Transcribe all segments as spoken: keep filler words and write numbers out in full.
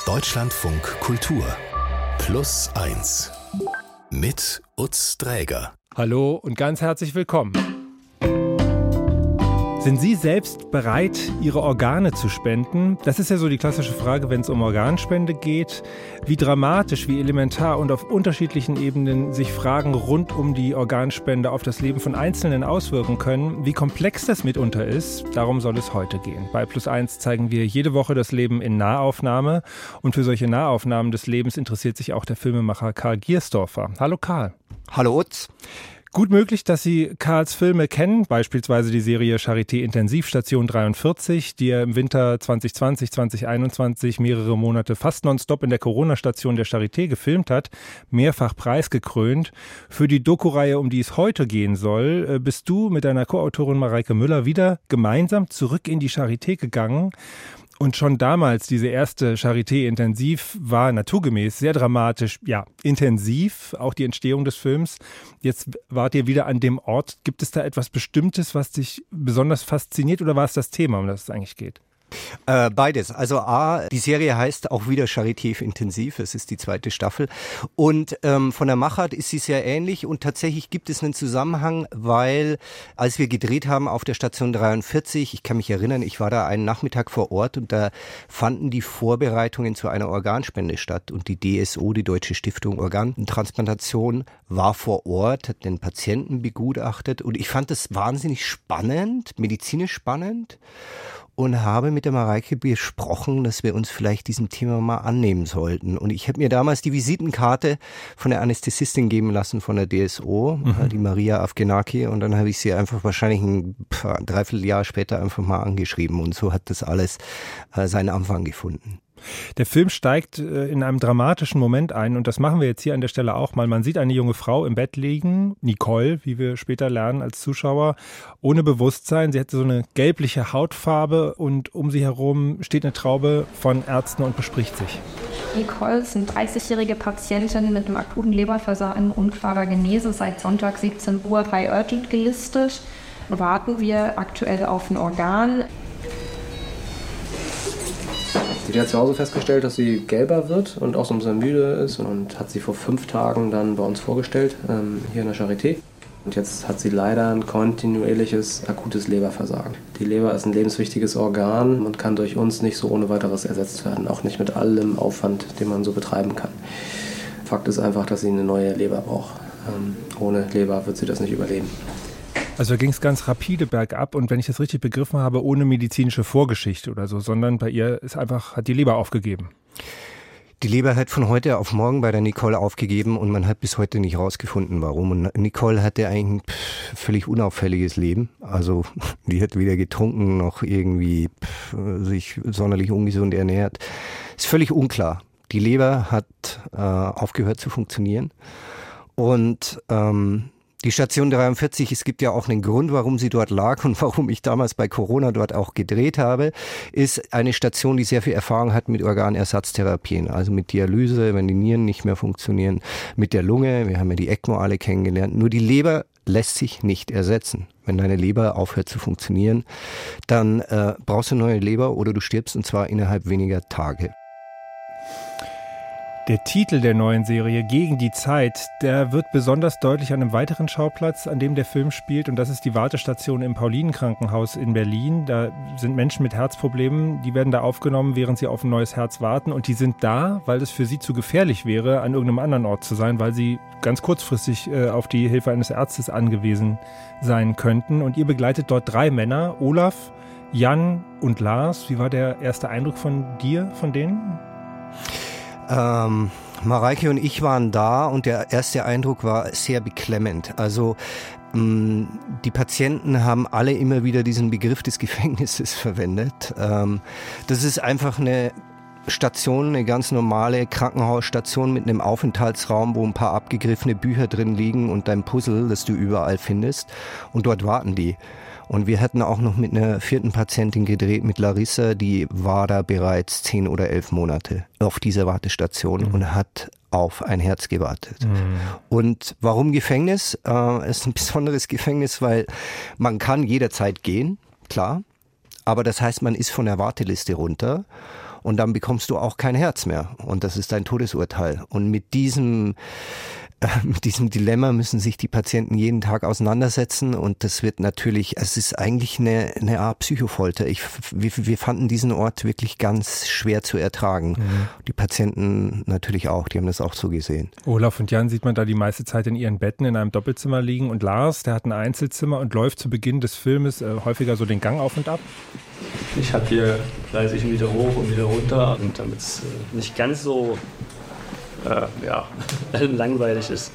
Deutschlandfunk Kultur Plus eins mit Utz Dräger. Hallo und ganz herzlich willkommen. Sind Sie selbst bereit, Ihre Organe zu spenden? Das ist ja so die klassische Frage, wenn es um Organspende geht. Wie dramatisch, wie elementar und auf unterschiedlichen Ebenen sich Fragen rund um die Organspende auf das Leben von Einzelnen auswirken können, wie komplex das mitunter ist, darum soll es heute gehen. Bei Plus eins zeigen wir jede Woche das Leben in Nahaufnahme. Und für solche Nahaufnahmen des Lebens interessiert sich auch der Filmemacher Karl Giersdorfer. Hallo Karl. Hallo Utz. Gut möglich, dass Sie Karls Filme kennen, beispielsweise die Serie Charité Intensivstation dreiundvierzig, die er im Winter zwanzig zwanzig, zwanzig einundzwanzig mehrere Monate fast nonstop in der Corona-Station der Charité gefilmt hat, mehrfach preisgekrönt. Für die Doku-Reihe, um die es heute gehen soll, bist du mit deiner Co-Autorin Mareike Müller wieder gemeinsam zurück in die Charité gegangen. Und schon damals, diese erste Charité Intensiv war naturgemäß sehr dramatisch, ja, intensiv, auch die Entstehung des Films. Jetzt wart ihr wieder an dem Ort. Gibt es da etwas Bestimmtes, was dich besonders fasziniert, oder war es das Thema, um das es eigentlich geht? Äh, beides. Also A, die Serie heißt auch wieder Charité Intensiv, es ist die zweite Staffel, und ähm, von der Machart ist sie sehr ähnlich, und tatsächlich gibt es einen Zusammenhang, weil als wir gedreht haben auf der Station dreiundvierzig, ich kann mich erinnern, ich war da einen Nachmittag vor Ort und da fanden die Vorbereitungen zu einer Organspende statt, und die D S O, die Deutsche Stiftung Organtransplantation, war vor Ort, hat den Patienten begutachtet, und ich fand das wahnsinnig spannend, medizinisch spannend. Und habe mit der Mareike besprochen, dass wir uns vielleicht diesem Thema mal annehmen sollten. Und ich habe mir damals die Visitenkarte von der Anästhesistin geben lassen von der D S O, mhm. die Maria Afgenaki. Und dann habe ich sie einfach wahrscheinlich ein Dreivierteljahr später einfach mal angeschrieben. Und so hat das alles äh, seinen Anfang gefunden. Der Film steigt in einem dramatischen Moment ein, und das machen wir jetzt hier an der Stelle auch mal. Man sieht eine junge Frau im Bett liegen, Nicole, wie wir später lernen als Zuschauer, ohne Bewusstsein. Sie hat so eine gelbliche Hautfarbe, und um sie herum steht eine Traube von Ärzten und bespricht sich. Nicole ist eine dreißigjährige Patientin mit einem akuten Leberversagen unklarer Genese, seit Sonntag siebzehn Uhr bei Urgent gelistet. Warten wir aktuell auf ein Organ. Die hat zu Hause festgestellt, dass sie gelber wird und auch so ein bisschen müde ist, und hat sie vor fünf Tagen dann bei uns vorgestellt, ähm, hier in der Charité. Und jetzt hat sie leider ein kontinuierliches, akutes Leberversagen. Die Leber ist ein lebenswichtiges Organ und kann durch uns nicht so ohne weiteres ersetzt werden, auch nicht mit allem Aufwand, den man so betreiben kann. Fakt ist einfach, dass sie eine neue Leber braucht. Ähm, ohne Leber wird sie das nicht überleben. Also da ging es ganz rapide bergab, und wenn ich das richtig begriffen habe, ohne medizinische Vorgeschichte oder so, sondern bei ihr ist einfach, hat die Leber aufgegeben. Die Leber hat von heute auf morgen bei der Nicole aufgegeben, und man hat bis heute nicht rausgefunden, warum. Und Nicole hatte eigentlich ein völlig unauffälliges Leben. Also die hat weder getrunken noch irgendwie sich sonderlich ungesund ernährt. Ist völlig unklar. Die Leber hat äh, aufgehört zu funktionieren, und ähm, die Station dreiundvierzig, es gibt ja auch einen Grund, warum sie dort lag und warum ich damals bei Corona dort auch gedreht habe, ist eine Station, die sehr viel Erfahrung hat mit Organersatztherapien, also mit Dialyse, wenn die Nieren nicht mehr funktionieren, mit der Lunge, wir haben ja die ECMO alle kennengelernt. Nur die Leber lässt sich nicht ersetzen. Wenn deine Leber aufhört zu funktionieren, dann äh, brauchst du eine neue Leber oder du stirbst, und zwar innerhalb weniger Tage. Der Titel der neuen Serie, Gegen die Zeit, der wird besonders deutlich an einem weiteren Schauplatz, an dem der Film spielt, und das ist die Wartestation im Paulinenkrankenhaus in Berlin. Da sind Menschen mit Herzproblemen, die werden da aufgenommen, während sie auf ein neues Herz warten, und die sind da, weil es für sie zu gefährlich wäre, an irgendeinem anderen Ort zu sein, weil sie ganz kurzfristig äh, auf die Hilfe eines Arztes angewiesen sein könnten. Und ihr begleitet dort drei Männer, Olaf, Jan und Lars. Wie war der erste Eindruck von dir, von denen? Ähm, Mareike und ich waren da, und der erste Eindruck war sehr beklemmend. Also mh, die Patienten haben alle immer wieder diesen Begriff des Gefängnisses verwendet. Ähm, das ist einfach eine Station, eine ganz normale Krankenhausstation mit einem Aufenthaltsraum, wo ein paar abgegriffene Bücher drin liegen und dein Puzzle, das du überall findest. Und dort warten die. Und wir hatten auch noch mit einer vierten Patientin gedreht, mit Larissa, die war da bereits zehn oder elf Monate auf dieser Wartestation mhm. und hat auf ein Herz gewartet. Mhm. Und warum Gefängnis? Äh, es ist ein besonderes Gefängnis, weil man kann jederzeit gehen, klar, aber das heißt, man ist von der Warteliste runter. und dann bekommst du auch kein Herz mehr und das ist dein Todesurteil. Und mit diesem Mit diesem Dilemma müssen sich die Patienten jeden Tag auseinandersetzen und das wird natürlich, es ist eigentlich eine, eine Art Psychofolter. Ich, wir, wir fanden diesen Ort wirklich ganz schwer zu ertragen. Mhm. Die Patienten natürlich auch, die haben das auch so gesehen. Olaf und Jan sieht man da die meiste Zeit in ihren Betten in einem Doppelzimmer liegen und Lars, der hat ein Einzelzimmer und läuft zu Beginn des Filmes äh, häufiger so den Gang auf und ab. Ich habe hier fleißig wieder hoch und wieder runter und damit es äh, nicht ganz so Äh, ja, langweilig ist.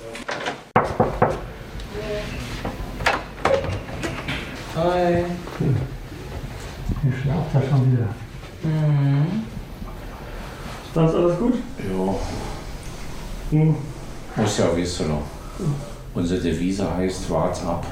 Hi. Ihr schlaft ja schon wieder. Mhm. Sonst alles gut? Ja. Hm. Muss ja wissen noch. Unsere Devise heißt, wart's ab.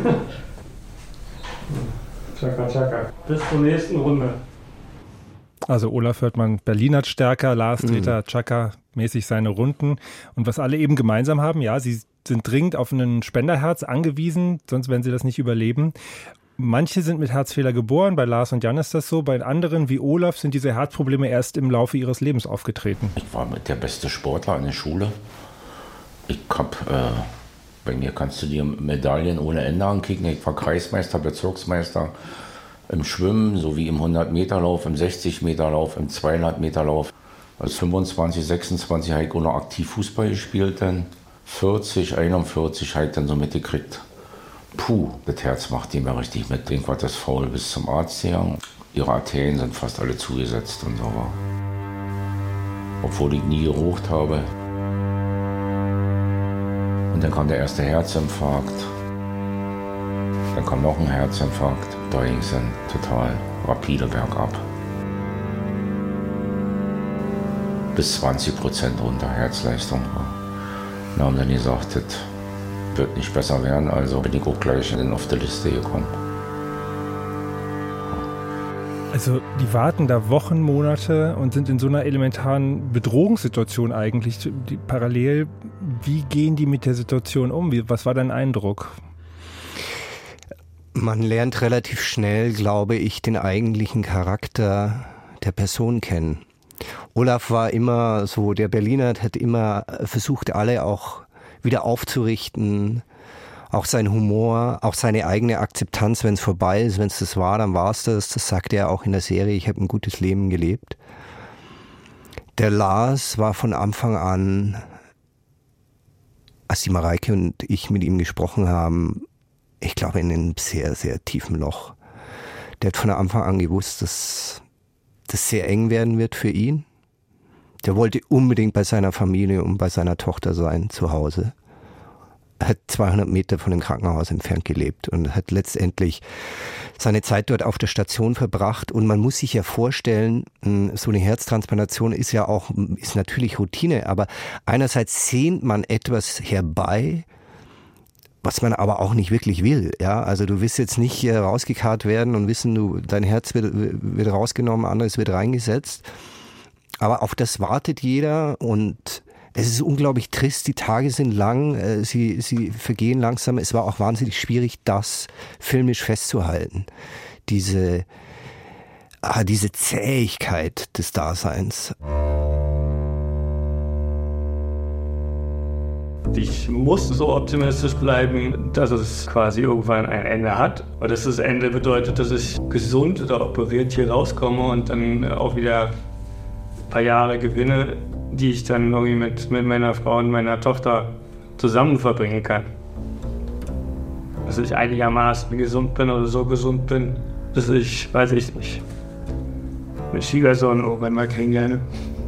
Tschakka, tschakka. Bis zur nächsten Runde. Also Olaf hört man Berliner stärker, Lars dreht da Chaka mäßig seine Runden. Und was alle eben gemeinsam haben, ja, sie sind dringend auf ein Spenderherz angewiesen, sonst werden sie das nicht überleben. Manche sind mit Herzfehler geboren, bei Lars und Jan ist das so, bei anderen wie Olaf sind diese Herzprobleme erst im Laufe ihres Lebens aufgetreten. Ich war mit der beste Sportler in der Schule. Ich hab, äh, bei mir kannst du dir Medaillen ohne Ende ankicken. Ich war Kreismeister, Bezirksmeister. Im Schwimmen sowie im hundert-Meter-Lauf, im sechzig-Meter-Lauf, im zweihundert-Meter-Lauf. Als fünfundzwanzig, sechsundzwanzig habe ich auch noch aktiv Fußball gespielt. Dann vierzig, einundvierzig habe ich dann so mitgekriegt. Puh, das Herz macht die mir richtig mit. Ich war das faul bis zum Arzt gegangen. Ihre Arterien sind fast alle zugesetzt und so. Obwohl ich nie geraucht habe. Und dann kam der erste Herzinfarkt. Dann kam noch ein Herzinfarkt. Da ging es dann total rapide bergab. Bis zwanzig Prozent runter Herzleistung. Wir haben dann gesagt, das wird nicht besser werden, also bin ich auch gleich auf die Liste gekommen. Also die warten da Wochen, Monate und sind in so einer elementaren Bedrohungssituation eigentlich. Die, parallel, wie gehen die mit der Situation um? Wie, was war dein Eindruck? Man lernt relativ schnell, glaube ich, den eigentlichen Charakter der Person kennen. Olaf war immer so, der Berliner hat immer versucht, alle auch wieder aufzurichten, auch sein Humor, auch seine eigene Akzeptanz, wenn es vorbei ist, wenn es das war, dann war es das. Das sagte er auch in der Serie, ich habe ein gutes Leben gelebt. Der Lars war von Anfang an, als die Mareike und ich mit ihm gesprochen haben, ich glaube in einem sehr, sehr tiefen Loch. Der hat von Anfang an gewusst, dass das sehr eng werden wird für ihn. Der wollte unbedingt bei seiner Familie und bei seiner Tochter sein, zu Hause. Er hat zweihundert Meter von dem Krankenhaus entfernt gelebt und hat letztendlich seine Zeit dort auf der Station verbracht. Und man muss sich ja vorstellen, so eine Herztransplantation ist ja auch, ist natürlich Routine, aber einerseits sehnt man etwas herbei, was man aber auch nicht wirklich will. Ja, also du willst jetzt nicht äh, rausgekarrt werden und wissen, du, dein Herz wird, wird rausgenommen, anderes wird reingesetzt. Aber auf das wartet jeder und es ist unglaublich trist. Die Tage sind lang, äh, sie, sie vergehen langsam. Es war auch wahnsinnig schwierig, das filmisch festzuhalten. Diese, ah, diese Zähigkeit des Daseins. Ich muss so optimistisch bleiben, dass es quasi irgendwann ein Ende hat. Und dass das Ende bedeutet, dass ich gesund oder operiert hier rauskomme und dann auch wieder ein paar Jahre gewinne, die ich dann irgendwie mit, mit meiner Frau und meiner Tochter zusammen verbringen kann. Dass ich einigermaßen gesund bin oder so gesund bin, dass ich, weiß ich nicht, mit Schwiegersohn irgendwann mal kennenlerne.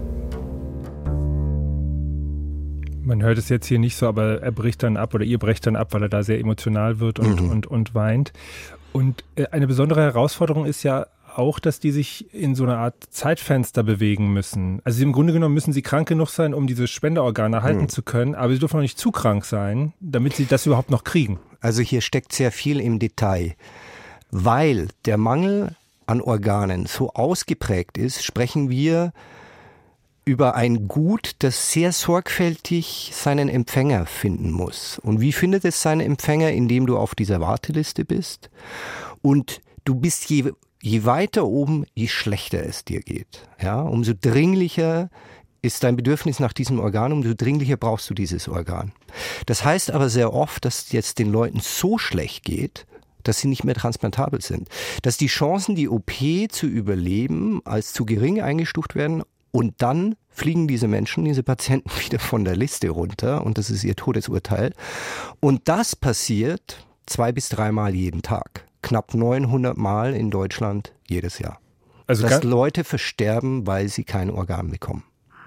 Man hört es jetzt hier nicht so, aber er bricht dann ab oder ihr brecht dann ab, weil er da sehr emotional wird und, mhm. und, und weint. Und eine besondere Herausforderung ist ja auch, dass die sich in so einer Art Zeitfenster bewegen müssen. Also im Grunde genommen müssen sie krank genug sein, um diese Spenderorgane erhalten mhm. zu können, aber sie dürfen noch nicht zu krank sein, damit sie das überhaupt noch kriegen. Also hier steckt sehr viel im Detail. Weil der Mangel an Organen so ausgeprägt ist, sprechen wir über ein Gut, das sehr sorgfältig seinen Empfänger finden muss. Und wie findet es seinen Empfänger? Indem du auf dieser Warteliste bist. Und du bist je je weiter oben, je schlechter es dir geht. Ja, umso dringlicher ist dein Bedürfnis nach diesem Organ, umso dringlicher brauchst du dieses Organ. Das heißt aber sehr oft, dass es jetzt den Leuten so schlecht geht, dass sie nicht mehr transplantabel sind. Dass die Chancen, die O P zu überleben, als zu gering eingestuft werden und dann fliegen diese Menschen, diese Patienten wieder von der Liste runter und das ist ihr Todesurteil. Und das passiert zwei bis dreimal jeden Tag. Knapp neunhundert Mal in Deutschland jedes Jahr. Also dass Leute versterben, weil sie kein Organ bekommen.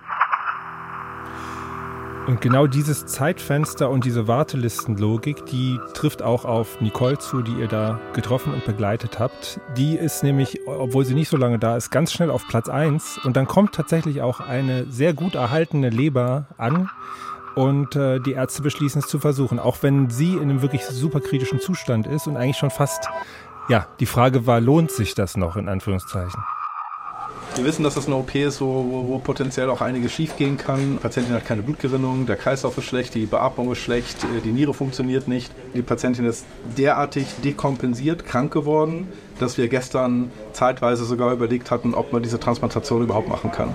Und genau dieses Zeitfenster und diese Wartelistenlogik, die trifft auch auf Nicole zu, die ihr da getroffen und begleitet habt. Die ist nämlich, obwohl sie nicht so lange da ist, ganz schnell auf Platz eins. Und dann kommt tatsächlich auch eine sehr gut erhaltene Leber an. Und äh, die Ärzte beschließen es zu versuchen, auch wenn sie in einem wirklich super kritischen Zustand ist und eigentlich schon fast, ja, die Frage war, lohnt sich das noch, in Anführungszeichen? Wir wissen, dass das eine O P ist, wo, wo, wo potenziell auch einiges schief gehen kann. Die Patientin hat keine Blutgerinnung, der Kreislauf ist schlecht, die Beatmung ist schlecht, die Niere funktioniert nicht. Die Patientin ist derartig dekompensiert, krank geworden, dass wir gestern zeitweise sogar überlegt hatten, ob man diese Transplantation überhaupt machen kann.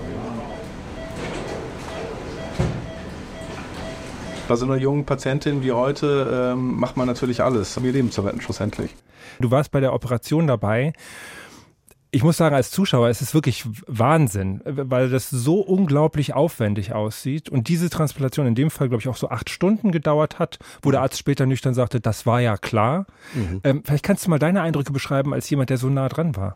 Bei so einer jungen Patientin wie heute ähm, macht man natürlich alles, um ihr Leben zu retten schlussendlich. Du warst bei der Operation dabei. Ich muss sagen, als Zuschauer ist es wirklich Wahnsinn, weil das so unglaublich aufwendig aussieht und diese Transplantation in dem Fall, glaube ich, auch so acht Stunden gedauert hat, wo der Arzt später nüchtern sagte, das war ja klar. Mhm. Ähm, vielleicht kannst du mal deine Eindrücke beschreiben als jemand, der so nah dran war.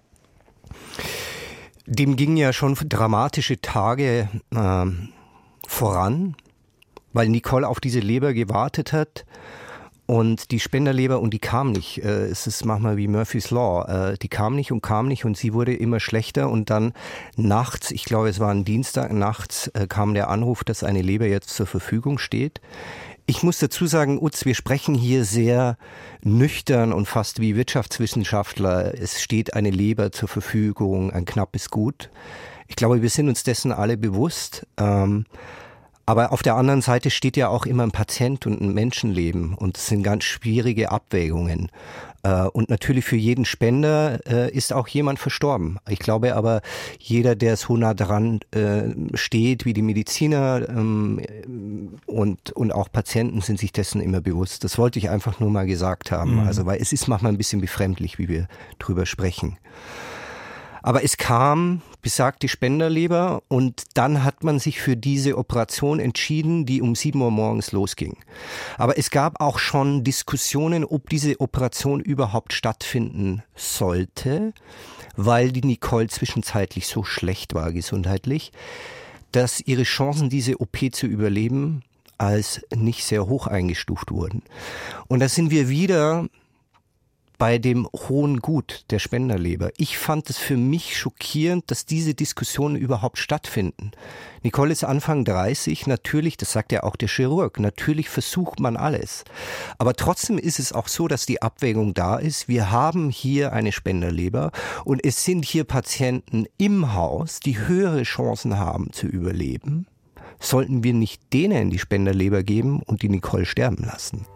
Dem gingen ja schon dramatische Tage äh, voran, weil Nicole auf diese Leber gewartet hat. Und die Spenderleber, und die kam nicht. Es ist manchmal wie Murphy's Law. Die kam nicht und kam nicht und sie wurde immer schlechter. Und dann nachts, ich glaube es war ein Dienstag, nachts kam der Anruf, dass eine Leber jetzt zur Verfügung steht. Ich muss dazu sagen, Utz, wir sprechen hier sehr nüchtern und fast wie Wirtschaftswissenschaftler. Es steht eine Leber zur Verfügung, ein knappes Gut. Ich glaube, wir sind uns dessen alle bewusst. Ähm, Aber auf der anderen Seite steht ja auch immer ein Patient und ein Menschenleben und es sind ganz schwierige Abwägungen. Und natürlich für jeden Spender ist auch jemand verstorben. Ich glaube aber, jeder, der so nah dran steht, wie die Mediziner und, und auch Patienten, sind sich dessen immer bewusst. Das wollte ich einfach nur mal gesagt haben. Mhm. Also, weil es ist manchmal ein bisschen befremdlich, wie wir drüber sprechen. Aber es kam besagte Spenderleber und dann hat man sich für diese Operation entschieden, die um sieben Uhr morgens losging. Aber es gab auch schon Diskussionen, ob diese Operation überhaupt stattfinden sollte, weil die Nicole zwischenzeitlich so schlecht war gesundheitlich, dass ihre Chancen, diese O P zu überleben, als nicht sehr hoch eingestuft wurden. Und da sind wir wieder bei dem hohen Gut der Spenderleber. Ich fand es für mich schockierend, dass diese Diskussionen überhaupt stattfinden. Nicole ist Anfang dreißig, natürlich, das sagt ja auch der Chirurg, natürlich versucht man alles. Aber trotzdem ist es auch so, dass die Abwägung da ist. Wir haben hier eine Spenderleber und es sind hier Patienten im Haus, die höhere Chancen haben zu überleben. Sollten wir nicht denen die Spenderleber geben und die Nicole sterben lassen?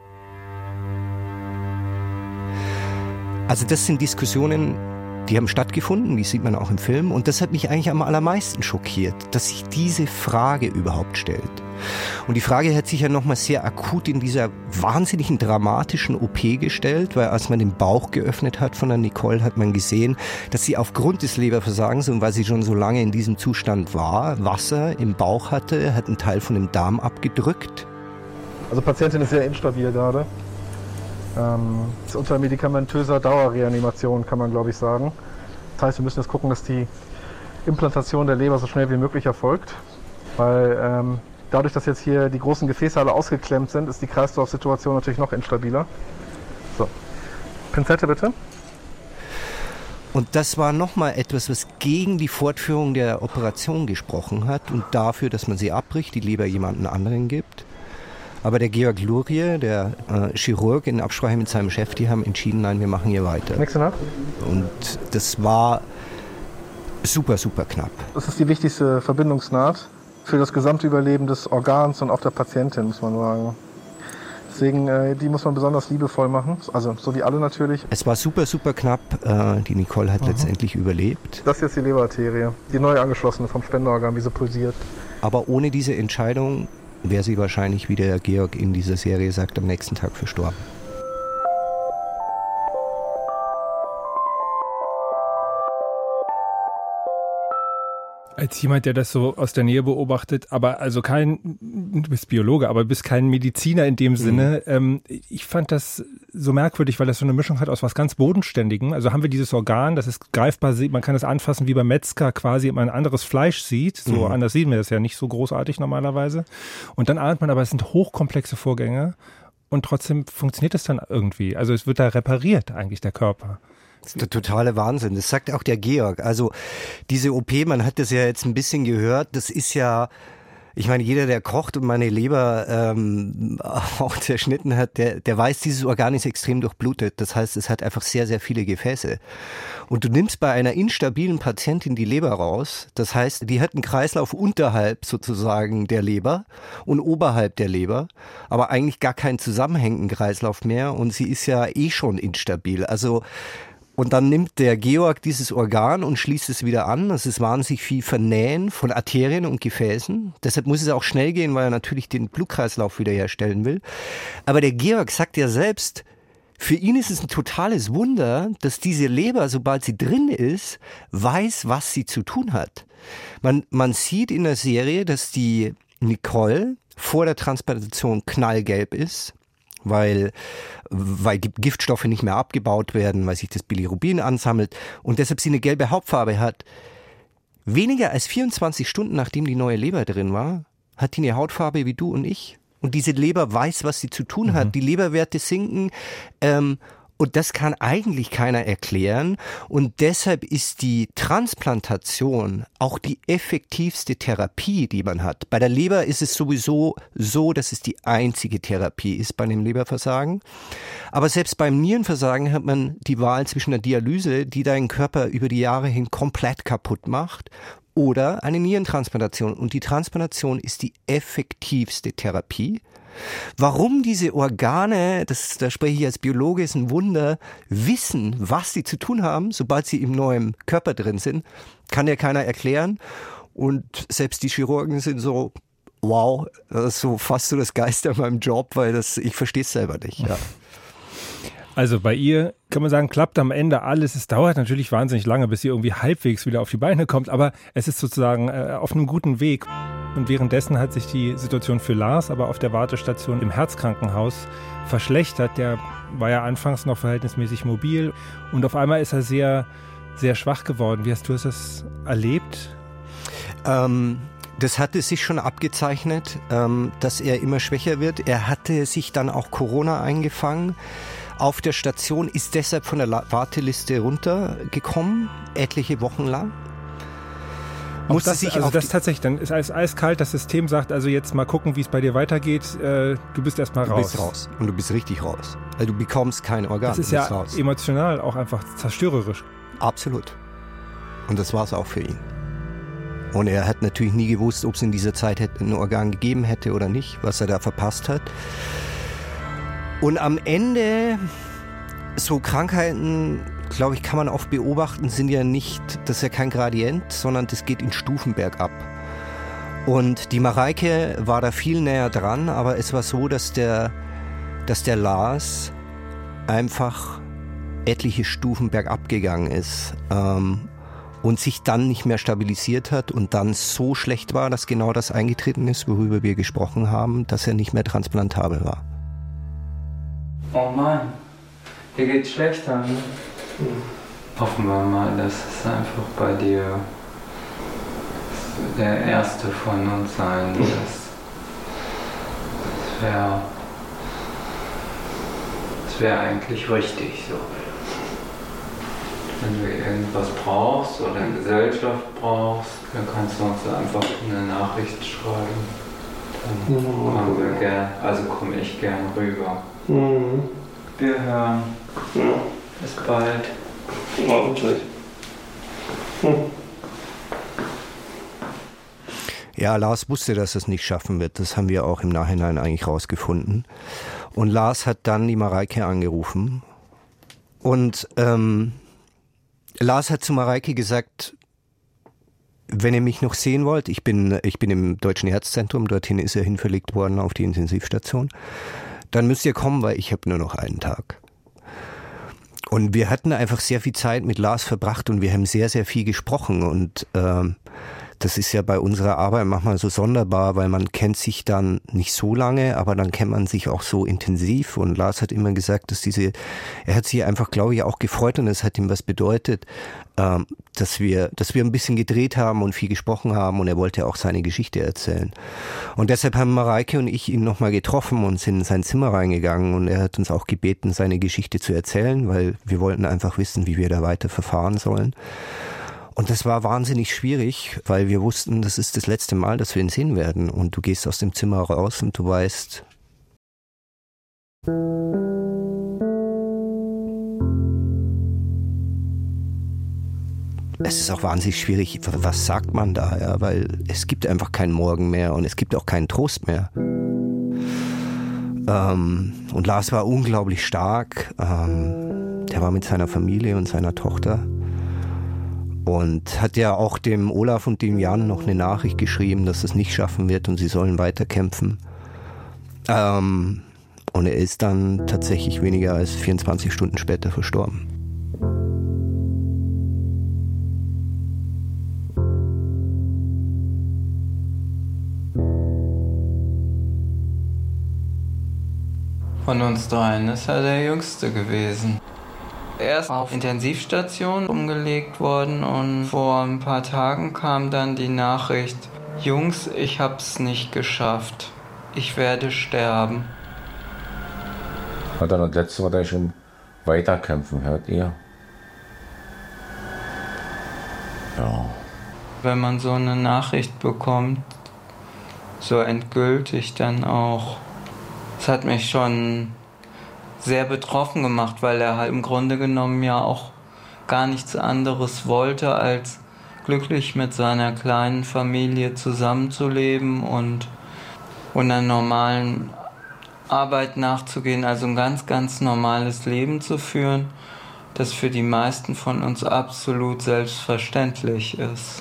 Also das sind Diskussionen, die haben stattgefunden, die sieht man auch im Film. Und das hat mich eigentlich am allermeisten schockiert, dass sich diese Frage überhaupt stellt. Und die Frage hat sich ja nochmal sehr akut in dieser wahnsinnigen dramatischen O P gestellt, weil als man den Bauch geöffnet hat von der Nicole, hat man gesehen, dass sie aufgrund des Leberversagens und weil sie schon so lange in diesem Zustand war, Wasser im Bauch hatte, hat einen Teil von dem Darm abgedrückt. Also Patientin ist sehr instabil gerade. Ähm, ist unter medikamentöser Dauerreanimation, kann man glaube ich sagen. Das heißt, wir müssen jetzt gucken, dass die Implantation der Leber so schnell wie möglich erfolgt, weil ähm, dadurch, dass jetzt hier die großen Gefäße alle ausgeklemmt sind, ist die Kreislaufsituation natürlich noch instabiler. So, Pinzette bitte. Und das war nochmal etwas, was gegen die Fortführung der Operation gesprochen hat und dafür, dass man sie abbricht, die Leber jemanden anderen gibt. Aber der Georg Lurie, der äh, Chirurg in Absprache mit seinem Chef, die haben entschieden, nein, wir machen hier weiter. Nächste Nacht. Und das war super, super knapp. Das ist die wichtigste Verbindungsnaht für das gesamte Überleben des Organs und auch der Patientin, muss man sagen. Deswegen, äh, die muss man besonders liebevoll machen. Also so wie alle natürlich. Es war super, super knapp. Äh, die Nicole hat mhm. letztendlich überlebt. Das ist jetzt die Leberarterie, die neu angeschlossene vom Spenderorgan, wie sie pulsiert. Aber ohne diese Entscheidung wäre sie wahrscheinlich, wie der Georg in dieser Serie sagt, am nächsten Tag verstorben. Als jemand, der das so aus der Nähe beobachtet, aber also kein, du bist Biologe, aber bist kein Mediziner in dem Sinne. Mhm. Ähm, ich fand das so merkwürdig, weil das so eine Mischung hat aus was ganz Bodenständigem. Also haben wir dieses Organ, das ist greifbar, man kann es anfassen wie beim Metzger quasi, man ein anderes Fleisch sieht. So mhm. anders sehen wir das ja nicht so großartig normalerweise. Und dann ahnt man aber, es sind hochkomplexe Vorgänge und trotzdem funktioniert es dann irgendwie. Also es wird da repariert eigentlich, der Körper. Das ist der totale Wahnsinn. Das sagt auch der Georg. Also diese O P, man hat das ja jetzt ein bisschen gehört, das ist ja, ich meine, jeder, der kocht und meine Leber ähm, auch zerschnitten hat, der, der weiß, dieses Organ ist extrem durchblutet. Das heißt, es hat einfach sehr, sehr viele Gefäße. Und du nimmst bei einer instabilen Patientin die Leber raus. Das heißt, die hat einen Kreislauf unterhalb sozusagen der Leber und oberhalb der Leber, aber eigentlich gar keinen zusammenhängenden Kreislauf mehr. Und sie ist ja eh schon instabil. Also Und dann nimmt der Georg dieses Organ und schließt es wieder an. Das ist wahnsinnig viel Vernähen von Arterien und Gefäßen. Deshalb muss es auch schnell gehen, weil er natürlich den Blutkreislauf wiederherstellen will. Aber der Georg sagt ja selbst, für ihn ist es ein totales Wunder, dass diese Leber, sobald sie drin ist, weiß, was sie zu tun hat. Man, man sieht in der Serie, dass die Nicole vor der Transplantation knallgelb ist, weil, weil die Giftstoffe nicht mehr abgebaut werden, weil sich das Bilirubin ansammelt und deshalb sie eine gelbe Hautfarbe hat. Weniger als vierundzwanzig Stunden, nachdem die neue Leber drin war, hat die eine Hautfarbe wie du und ich. Und diese Leber weiß, was sie zu tun hat. Mhm. Die Leberwerte sinken. Ähm, und das kann eigentlich keiner erklären. Und deshalb ist die Transplantation auch die effektivste Therapie, die man hat. Bei der Leber ist es sowieso so, dass es die einzige Therapie ist bei dem Leberversagen. Aber selbst beim Nierenversagen hat man die Wahl zwischen einer Dialyse, die deinen Körper über die Jahre hin komplett kaputt macht, oder eine Nierentransplantation. Und die Transplantation ist die effektivste Therapie. Warum diese Organe, das, da spreche ich als Biologe, ist ein Wunder, wissen, was sie zu tun haben, sobald sie im neuen Körper drin sind, kann ja keiner erklären. Und selbst die Chirurgen sind so, wow, das ist so fast so das Geist an meinem Job, weil das, ich verstehe es selber nicht. Ja. Also bei ihr kann man sagen, klappt am Ende alles. Es dauert natürlich wahnsinnig lange, bis sie irgendwie halbwegs wieder auf die Beine kommt, aber es ist sozusagen äh, auf einem guten Weg. Und währenddessen hat sich die Situation für Lars aber auf der Wartestation im Herzkrankenhaus verschlechtert. Der war ja anfangs noch verhältnismäßig mobil und auf einmal ist er sehr, sehr schwach geworden. Wie hast du das erlebt? Ähm... Das hatte sich schon abgezeichnet, ähm, dass er immer schwächer wird. Er hatte sich dann auch Corona eingefangen. Auf der Station ist deshalb von der Warteliste runtergekommen, etliche Wochen lang. Musste das, sich also das tatsächlich, dann ist alles eiskalt, das System sagt, also jetzt mal gucken, wie es bei dir weitergeht, äh, du bist erstmal raus. Du bist raus und du bist richtig raus. Also du bekommst kein Organ. Das ist ja raus. Emotional auch einfach zerstörerisch. Absolut. Und das war es auch für ihn. Und er hat natürlich nie gewusst, ob es in dieser Zeit ein Organ gegeben hätte oder nicht, was er da verpasst hat. Und am Ende, so Krankheiten, glaube ich, kann man oft beobachten, sind ja nicht, das ist ja kein Gradient, sondern das geht in Stufen bergab. Und die Mareike war da viel näher dran, aber es war so, dass der, dass der Lars einfach etliche Stufen bergab gegangen ist. Ähm, und sich dann nicht mehr stabilisiert hat und dann so schlecht war, dass genau das eingetreten ist, worüber wir gesprochen haben, dass er nicht mehr transplantabel war. Oh Mann, dir geht's schlechter, ne? Mhm. Hoffen wir mal, dass es einfach bei dir der erste von uns sein wird. Das wäre das wär eigentlich richtig so. Wenn du irgendwas brauchst oder eine Gesellschaft brauchst, dann kannst du uns einfach eine Nachricht schreiben. Dann mhm. kommen wir gern, also komme ich gern rüber. Mhm. Wir hören. Ja. Bis bald. Hoffentlich. Hm. Ja, Lars wusste, dass er es nicht schaffen wird. Das haben wir auch im Nachhinein eigentlich rausgefunden. Und Lars hat dann die Mareike angerufen. Und ähm, Lars hat zu Mareike gesagt, wenn ihr mich noch sehen wollt, ich bin, ich bin im Deutschen Herzzentrum, dorthin ist er hinverlegt worden auf die Intensivstation, dann müsst ihr kommen, weil ich habe nur noch einen Tag. Und wir hatten einfach sehr viel Zeit mit Lars verbracht und wir haben sehr, sehr viel gesprochen. Und ähm, das ist ja bei unserer Arbeit manchmal so sonderbar, weil man kennt sich dann nicht so lange, aber dann kennt man sich auch so intensiv. Und Lars hat immer gesagt, dass diese, er hat sich einfach, glaube ich, auch gefreut und es hat ihm was bedeutet, ähm, dass wir, dass wir ein bisschen gedreht haben und viel gesprochen haben und er wollte auch seine Geschichte erzählen. Und deshalb haben Mareike und ich ihn nochmal getroffen und sind in sein Zimmer reingegangen und er hat uns auch gebeten, seine Geschichte zu erzählen, weil wir wollten einfach wissen, wie wir da weiter verfahren sollen. Und das war wahnsinnig schwierig, weil wir wussten, das ist das letzte Mal, dass wir ihn sehen werden. Und du gehst aus dem Zimmer raus und du weißt, es ist auch wahnsinnig schwierig, was sagt man da, ja? Weil es gibt einfach keinen Morgen mehr und es gibt auch keinen Trost mehr. Ähm, und Lars war unglaublich stark. Ähm, der war mit seiner Familie und seiner Tochter. Und hat ja auch dem Olaf und dem Jan noch eine Nachricht geschrieben, dass es nicht schaffen wird und sie sollen weiterkämpfen. Ähm, und er ist dann tatsächlich weniger als vierundzwanzig Stunden später verstorben. Von uns dreien ist er der Jüngste gewesen. Er ist auf Intensivstation umgelegt worden und vor ein paar Tagen kam dann die Nachricht, Jungs, ich hab's nicht geschafft. Ich werde sterben. Hat er das letzte Wort schon weiterkämpfen, hört ihr? Ja. Wenn man so eine Nachricht bekommt, so endgültig dann auch, es hat mich schon sehr betroffen gemacht, weil er halt im Grunde genommen ja auch gar nichts anderes wollte, als glücklich mit seiner kleinen Familie zusammenzuleben und, und einer normalen Arbeit nachzugehen, also ein ganz, ganz normales Leben zu führen, das für die meisten von uns absolut selbstverständlich ist.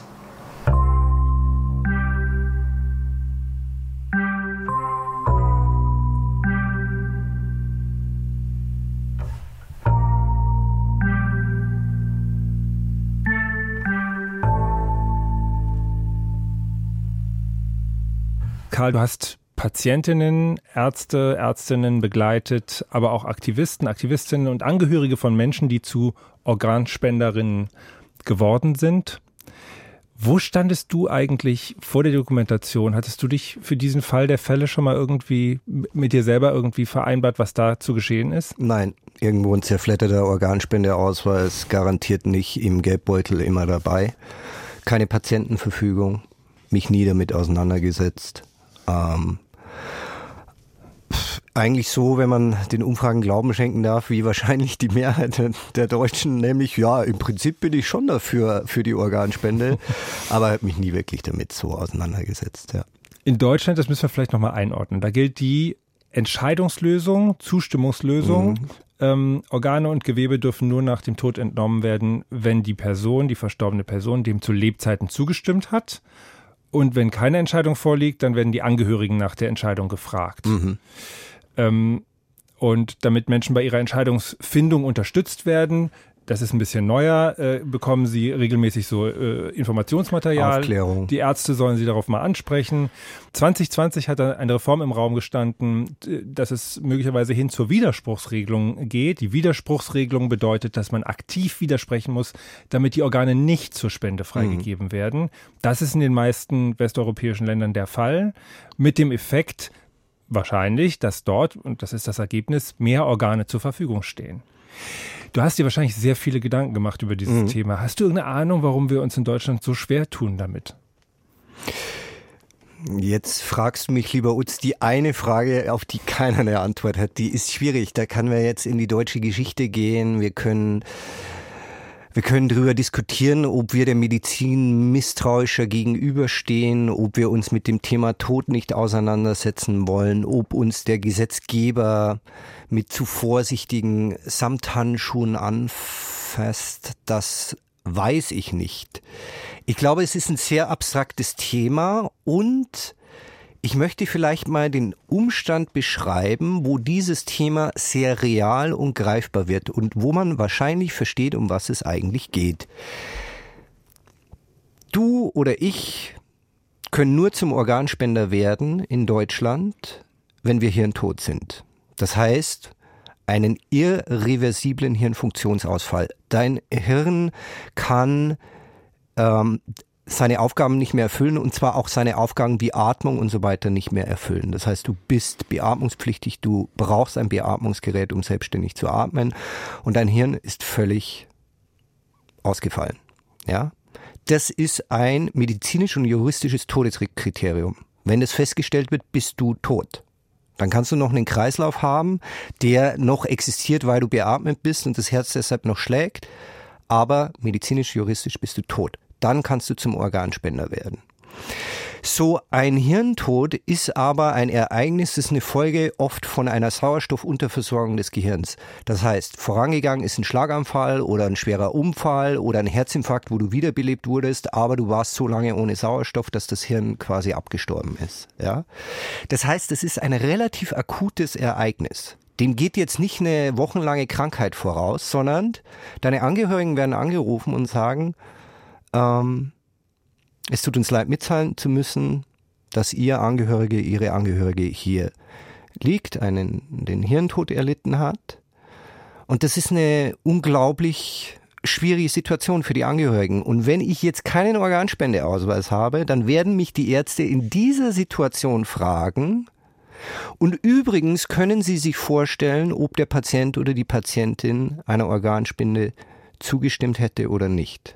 Karl, du hast Patientinnen, Ärzte, Ärztinnen begleitet, aber auch Aktivisten, Aktivistinnen und Angehörige von Menschen, die zu Organspenderinnen geworden sind. Wo standest du eigentlich vor der Dokumentation? Hattest du dich für diesen Fall der Fälle schon mal irgendwie mit dir selber irgendwie vereinbart, was da zu geschehen ist? Nein, irgendwo ein zerfledderter Organspendeausweis, garantiert nicht im Geldbeutel immer dabei. Keine Patientenverfügung, mich nie damit auseinandergesetzt. Ähm, eigentlich so, wenn man den Umfragen Glauben schenken darf, wie wahrscheinlich die Mehrheit der Deutschen, nämlich ja, im Prinzip bin ich schon dafür, für die Organspende, aber habe mich nie wirklich damit so auseinandergesetzt. Ja. In Deutschland, das müssen wir vielleicht nochmal einordnen, da gilt die Entscheidungslösung, Zustimmungslösung. Mhm. Ähm, Organe und Gewebe dürfen nur nach dem Tod entnommen werden, wenn die Person, die verstorbene Person, dem zu Lebzeiten zugestimmt hat. Und wenn keine Entscheidung vorliegt, dann werden die Angehörigen nach der Entscheidung gefragt. Mhm. Ähm, und damit Menschen bei ihrer Entscheidungsfindung unterstützt werden, das ist ein bisschen neuer, äh, bekommen sie regelmäßig so äh, Informationsmaterial. Aufklärung. Die Ärzte sollen sie darauf mal ansprechen. zwanzig zwanzig hat eine Reform im Raum gestanden, dass es möglicherweise hin zur Widerspruchsregelung geht. Die Widerspruchsregelung bedeutet, dass man aktiv widersprechen muss, damit die Organe nicht zur Spende freigegeben mhm. werden. Das ist in den meisten westeuropäischen Ländern der Fall. Mit dem Effekt wahrscheinlich, dass dort, und das ist das Ergebnis, mehr Organe zur Verfügung stehen. Du hast dir wahrscheinlich sehr viele Gedanken gemacht über dieses mhm. Thema. Hast du irgendeine Ahnung, warum wir uns in Deutschland so schwer tun damit? Jetzt fragst du mich, lieber Utz, die eine Frage, auf die keiner eine Antwort hat. Die ist schwierig. Da können wir jetzt in die deutsche Geschichte gehen. Wir können, Wir können darüber diskutieren, ob wir der Medizin misstrauischer gegenüberstehen, ob wir uns mit dem Thema Tod nicht auseinandersetzen wollen, ob uns der Gesetzgeber mit zu vorsichtigen Samthandschuhen anfasst. Das weiß ich nicht. Ich glaube, es ist ein sehr abstraktes Thema und ich möchte vielleicht mal den Umstand beschreiben, wo dieses Thema sehr real und greifbar wird und wo man wahrscheinlich versteht, um was es eigentlich geht. Du oder ich können nur zum Organspender werden in Deutschland, wenn wir hirntot sind. Das heißt, einen irreversiblen Hirnfunktionsausfall. Dein Hirn kann ähm, seine Aufgaben nicht mehr erfüllen und zwar auch seine Aufgaben wie Atmung und so weiter nicht mehr erfüllen. Das heißt, du bist beatmungspflichtig, du brauchst ein Beatmungsgerät, um selbstständig zu atmen und dein Hirn ist völlig ausgefallen. Ja? Das ist ein medizinisch und juristisches Todeskriterium. Wenn das festgestellt wird, bist du tot. Dann kannst du noch einen Kreislauf haben, der noch existiert, weil du beatmet bist und das Herz deshalb noch schlägt, aber medizinisch, juristisch bist du tot. Dann kannst du zum Organspender werden. So ein Hirntod ist aber ein Ereignis, das ist eine Folge oft von einer Sauerstoffunterversorgung des Gehirns. Das heißt, vorangegangen ist ein Schlaganfall oder ein schwerer Unfall oder ein Herzinfarkt, wo du wiederbelebt wurdest, aber du warst so lange ohne Sauerstoff, dass das Hirn quasi abgestorben ist. Ja? Das heißt, es ist ein relativ akutes Ereignis. Dem geht jetzt nicht eine wochenlange Krankheit voraus, sondern deine Angehörigen werden angerufen und sagen, ähm, es tut uns leid mitteilen zu müssen, dass Ihr Angehörige, Ihre Angehörige hier liegt, einen, den Hirntod erlitten hat. Und das ist eine unglaublich schwierige Situation für die Angehörigen. Und wenn ich jetzt keinen Organspendeausweis habe, dann werden mich die Ärzte in dieser Situation fragen, und übrigens können Sie sich vorstellen, ob der Patient oder die Patientin einer Organspende zugestimmt hätte oder nicht.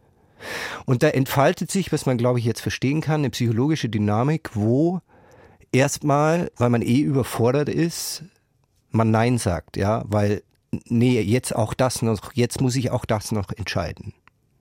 Und da entfaltet sich, was man glaube ich jetzt verstehen kann, eine psychologische Dynamik, wo erstmal, weil man eh überfordert ist, man Nein sagt, ja, weil nee, jetzt auch das noch, jetzt muss ich auch das noch entscheiden.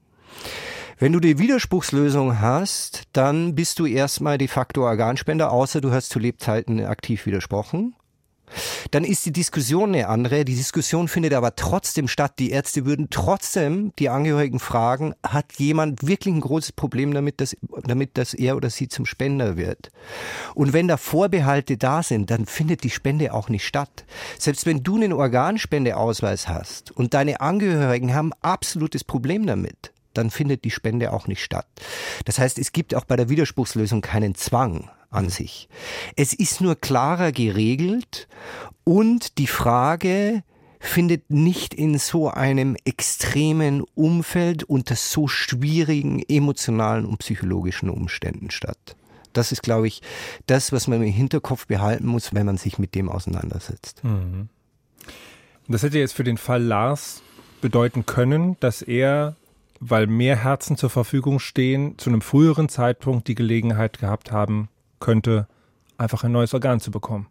Wenn du die Widerspruchslösung hast, dann bist du erstmal de facto Organspender, außer du hast zu Lebzeiten aktiv widersprochen. Dann ist die Diskussion eine andere. Die Diskussion findet aber trotzdem statt. Die Ärzte würden trotzdem die Angehörigen fragen, hat jemand wirklich ein großes Problem damit, dass, damit, dass er oder sie zum Spender wird? Und wenn da Vorbehalte da sind, dann findet die Spende auch nicht statt. Selbst wenn du einen Organspendeausweis hast und deine Angehörigen haben absolutes Problem damit, dann findet die Spende auch nicht statt. Das heißt, es gibt auch bei der Widerspruchslösung keinen Zwang an sich. Es ist nur klarer geregelt und die Frage findet nicht in so einem extremen Umfeld unter so schwierigen emotionalen und psychologischen Umständen statt. Das ist, glaube ich, das, was man im Hinterkopf behalten muss, wenn man sich mit dem auseinandersetzt. Mhm. Das hätte jetzt für den Fall Lars bedeuten können, dass er, weil mehr Herzen zur Verfügung stehen, zu einem früheren Zeitpunkt die Gelegenheit gehabt haben könnte, einfach ein neues Organ zu bekommen.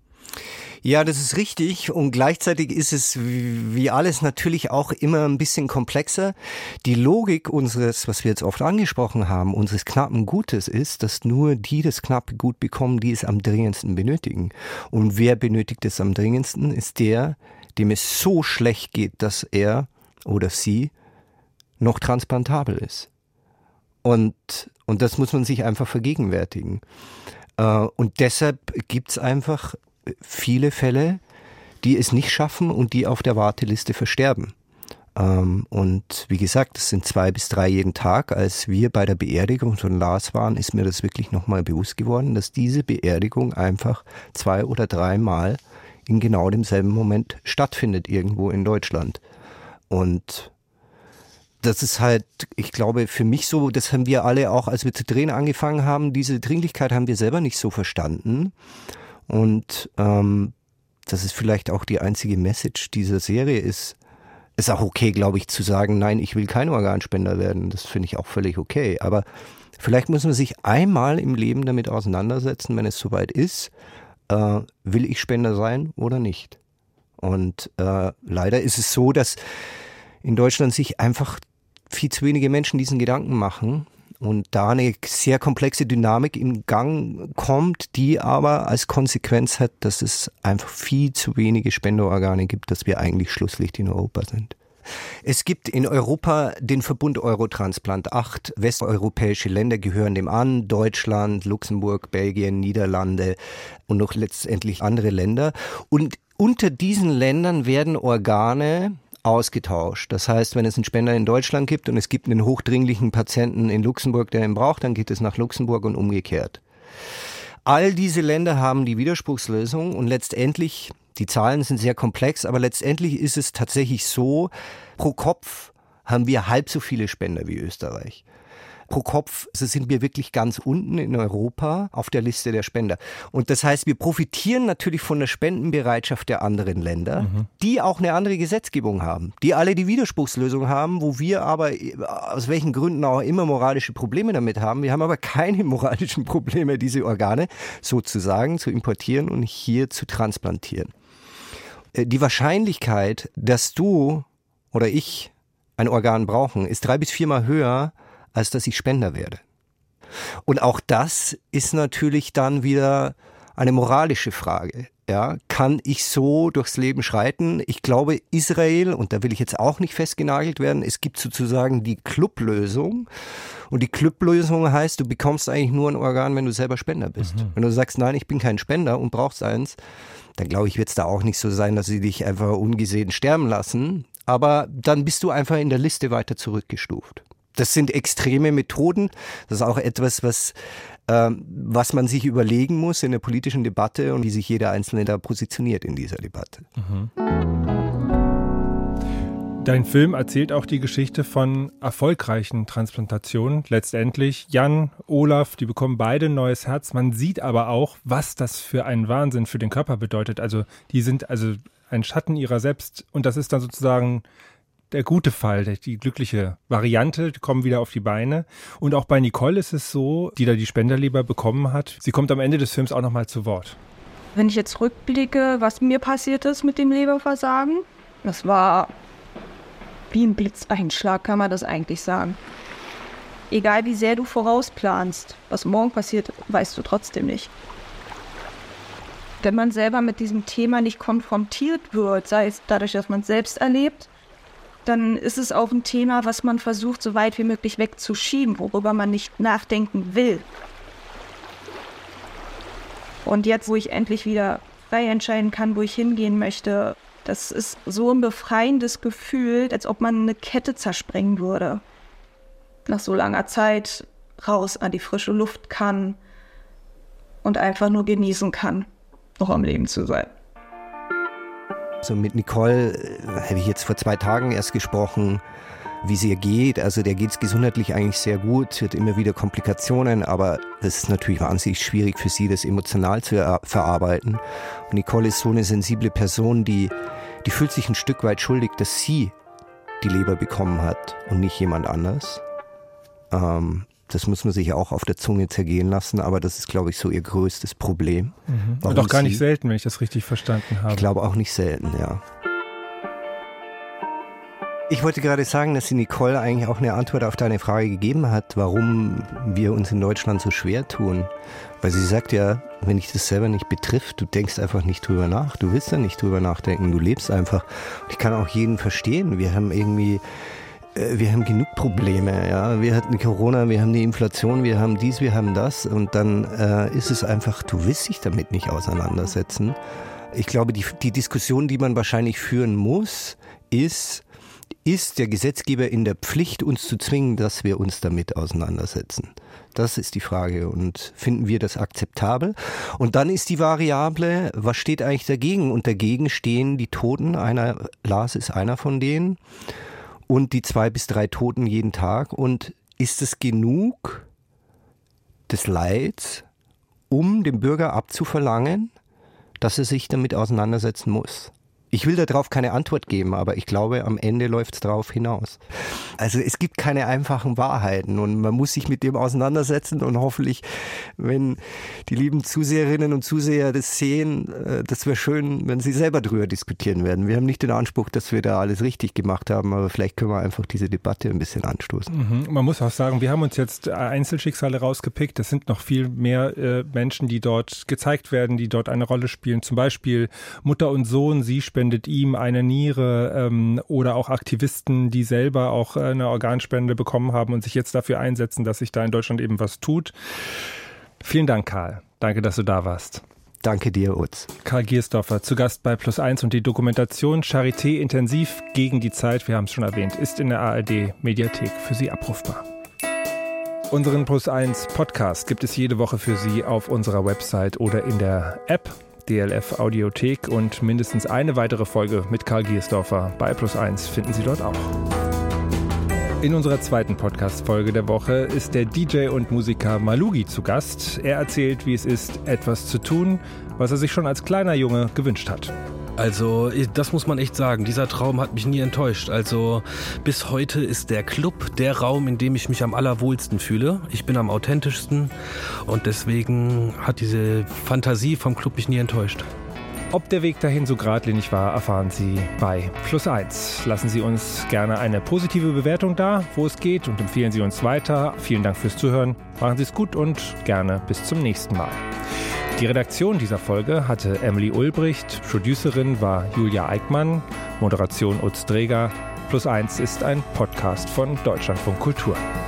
Ja, das ist richtig und gleichzeitig ist es wie alles natürlich auch immer ein bisschen komplexer. Die Logik unseres, was wir jetzt oft angesprochen haben, unseres knappen Gutes ist, dass nur die das knappe Gut bekommen, die es am dringendsten benötigen. Und wer benötigt es am dringendsten, ist der, dem es so schlecht geht, dass er oder sie noch transplantabel ist. Und, und das muss man sich einfach vergegenwärtigen. Äh, und deshalb gibt es einfach viele Fälle, die es nicht schaffen und die auf der Warteliste versterben. Ähm, und wie gesagt, es sind zwei bis drei jeden Tag. Als wir bei der Beerdigung von Lars waren, ist mir das wirklich nochmal bewusst geworden, dass diese Beerdigung einfach zwei oder dreimal in genau demselben Moment stattfindet irgendwo in Deutschland. Und das ist halt, ich glaube, für mich so, das haben wir alle auch, als wir zu drehen angefangen haben, diese Dringlichkeit haben wir selber nicht so verstanden. Und ähm, das ist vielleicht auch die einzige Message dieser Serie ist, ist auch okay, glaube ich, zu sagen, nein, ich will kein Organspender werden. Das finde ich auch völlig okay. Aber vielleicht muss man sich einmal im Leben damit auseinandersetzen, wenn es soweit ist, äh, will ich Spender sein oder nicht. Und äh, leider ist es so, dass in Deutschland sich einfach viel zu wenige Menschen diesen Gedanken machen und da eine sehr komplexe Dynamik in Gang kommt, die aber als Konsequenz hat, dass es einfach viel zu wenige Spenderorgane gibt, dass wir eigentlich Schlusslicht in Europa sind. Es gibt in Europa den Verbund Eurotransplant. Acht westeuropäische Länder gehören dem an. Deutschland, Luxemburg, Belgien, Niederlande und noch letztendlich andere Länder. Und unter diesen Ländern werden Organe ausgetauscht. Das heißt, wenn es einen Spender in Deutschland gibt und es gibt einen hochdringlichen Patienten in Luxemburg, der ihn braucht, dann geht es nach Luxemburg und umgekehrt. All diese Länder haben die Widerspruchslösung und letztendlich, die Zahlen sind sehr komplex, aber letztendlich ist es tatsächlich so, pro Kopf haben wir halb so viele Spender wie Österreich. Pro Kopf sind wir wirklich ganz unten in Europa auf der Liste der Spender. Und das heißt, wir profitieren natürlich von der Spendenbereitschaft der anderen Länder, mhm. die auch eine andere Gesetzgebung haben, die alle die Widerspruchslösung haben, wo wir aber aus welchen Gründen auch immer moralische Probleme damit haben. Wir haben aber keine moralischen Probleme, diese Organe sozusagen zu importieren und hier zu transplantieren. Die Wahrscheinlichkeit, dass du oder ich ein Organ brauchen, ist drei bis viermal höher, als dass ich Spender werde. Und auch das ist natürlich dann wieder eine moralische Frage. Ja, kann ich so durchs Leben schreiten? Ich glaube, Israel, und da will ich jetzt auch nicht festgenagelt werden, es gibt sozusagen die Clublösung. Und die Clublösung heißt, du bekommst eigentlich nur ein Organ, wenn du selber Spender bist. Mhm. Wenn du sagst, nein, ich bin kein Spender und brauchst eins, dann glaube ich, wird es da auch nicht so sein, dass sie dich einfach ungesehen sterben lassen. Aber dann bist du einfach in der Liste weiter zurückgestuft. Das sind extreme Methoden. Das ist auch etwas, was, ähm, was man sich überlegen muss in der politischen Debatte und wie sich jeder Einzelne da positioniert in dieser Debatte. Mhm. Dein Film erzählt auch die Geschichte von erfolgreichen Transplantationen. Letztendlich Jan, Olaf, die bekommen beide ein neues Herz. Man sieht aber auch, was das für einen Wahnsinn für den Körper bedeutet. Also die sind also ein Schatten ihrer selbst und das ist dann sozusagen der gute Fall, die glückliche Variante, die kommen wieder auf die Beine. Und auch bei Nicole ist es so, die da die Spenderleber bekommen hat, sie kommt am Ende des Films auch nochmal zu Wort. Wenn ich jetzt rückblicke, was mir passiert ist mit dem Leberversagen, das war wie ein Blitzeinschlag, kann man das eigentlich sagen. Egal wie sehr du vorausplanst, was morgen passiert, weißt du trotzdem nicht. Wenn man selber mit diesem Thema nicht konfrontiert wird, sei es dadurch, dass man es selbst erlebt, dann ist es auch ein Thema, was man versucht, so weit wie möglich wegzuschieben, worüber man nicht nachdenken will. Und jetzt, wo ich endlich wieder frei entscheiden kann, wo ich hingehen möchte, das ist so ein befreiendes Gefühl, als ob man eine Kette zersprengen würde. Nach so langer Zeit raus an die frische Luft kann und einfach nur genießen kann, noch am Leben zu sein. Also mit Nicole habe ich jetzt vor zwei Tagen erst gesprochen, wie es ihr geht. Also der geht es gesundheitlich eigentlich sehr gut. Sie hat immer wieder Komplikationen, aber das ist natürlich wahnsinnig schwierig für sie, das emotional zu er- verarbeiten. Und Nicole ist so eine sensible Person, die, die fühlt sich ein Stück weit schuldig, dass sie die Leber bekommen hat und nicht jemand anders. Ähm, Das muss man sich auch auf der Zunge zergehen lassen, aber das ist, glaube ich, so ihr größtes Problem. Mhm. Und auch gar nicht selten, wenn ich das richtig verstanden habe. Ich glaube auch nicht selten, ja. Ich wollte gerade sagen, dass die Nicole eigentlich auch eine Antwort auf deine Frage gegeben hat, warum wir uns in Deutschland so schwer tun. Weil sie sagt ja, wenn dich das selber nicht betrifft, du denkst einfach nicht drüber nach, du willst ja nicht drüber nachdenken, du lebst einfach. Und ich kann auch jeden verstehen, wir haben irgendwie... Wir haben genug Probleme, ja. Wir hatten Corona, wir haben die Inflation, wir haben dies, wir haben das und dann äh, ist es einfach, du willst dich damit nicht auseinandersetzen. Ich glaube, die, die Diskussion, die man wahrscheinlich führen muss, ist, ist der Gesetzgeber in der Pflicht, uns zu zwingen, dass wir uns damit auseinandersetzen? Das ist die Frage und finden wir das akzeptabel? Und dann ist die Variable, was steht eigentlich dagegen? Und dagegen stehen die Toten, einer, Lars ist einer von denen. Und die zwei bis drei Toten jeden Tag. Und ist es genug des Leids, um dem Bürger abzuverlangen, dass er sich damit auseinandersetzen muss? Ich will darauf keine Antwort geben, aber ich glaube, am Ende läuft es darauf hinaus. Also es gibt keine einfachen Wahrheiten und man muss sich mit dem auseinandersetzen und hoffentlich, wenn die lieben Zuseherinnen und Zuseher das sehen, das wäre schön, wenn sie selber drüber diskutieren werden. Wir haben nicht den Anspruch, dass wir da alles richtig gemacht haben, aber vielleicht können wir einfach diese Debatte ein bisschen anstoßen. Mhm. Man muss auch sagen, wir haben uns jetzt Einzelschicksale rausgepickt. Es sind noch viel mehr äh, Menschen, die dort gezeigt werden, die dort eine Rolle spielen. Zum Beispiel Mutter und Sohn, sie spendet ihm eine Niere ähm, oder auch Aktivisten, die selber auch eine Organspende bekommen haben und sich jetzt dafür einsetzen, dass sich da in Deutschland eben was tut. Vielen Dank, Karl. Danke, dass du da warst. Danke dir, Utz. Karl Giersdorfer, zu Gast bei Plus eins und die Dokumentation Charité intensiv gegen die Zeit, wir haben es schon erwähnt, ist in der A R D-Mediathek für Sie abrufbar. Unseren Plus eins Podcast gibt es jede Woche für Sie auf unserer Website oder in der App D L F Audiothek und mindestens eine weitere Folge mit Karl Giersdorfer bei Plus eins finden Sie dort auch. In unserer zweiten Podcast-Folge der Woche ist der D J und Musiker Malugi zu Gast. Er erzählt, wie es ist, etwas zu tun, was er sich schon als kleiner Junge gewünscht hat. Also, das muss man echt sagen, dieser Traum hat mich nie enttäuscht. Also, bis heute ist der Club der Raum, in dem ich mich am allerwohlsten fühle. Ich bin am authentischsten und deswegen hat diese Fantasie vom Club mich nie enttäuscht. Ob der Weg dahin so geradlinig war, erfahren Sie bei Plus eins. Lassen Sie uns gerne eine positive Bewertung da, wo es geht, und empfehlen Sie uns weiter. Vielen Dank fürs Zuhören. Machen Sie es gut und gerne bis zum nächsten Mal. Die Redaktion dieser Folge hatte Emily Ulbricht, Producerin war Julia Eickmann, Moderation Utz Dräger. Plus eins ist ein Podcast von Deutschlandfunk Kultur.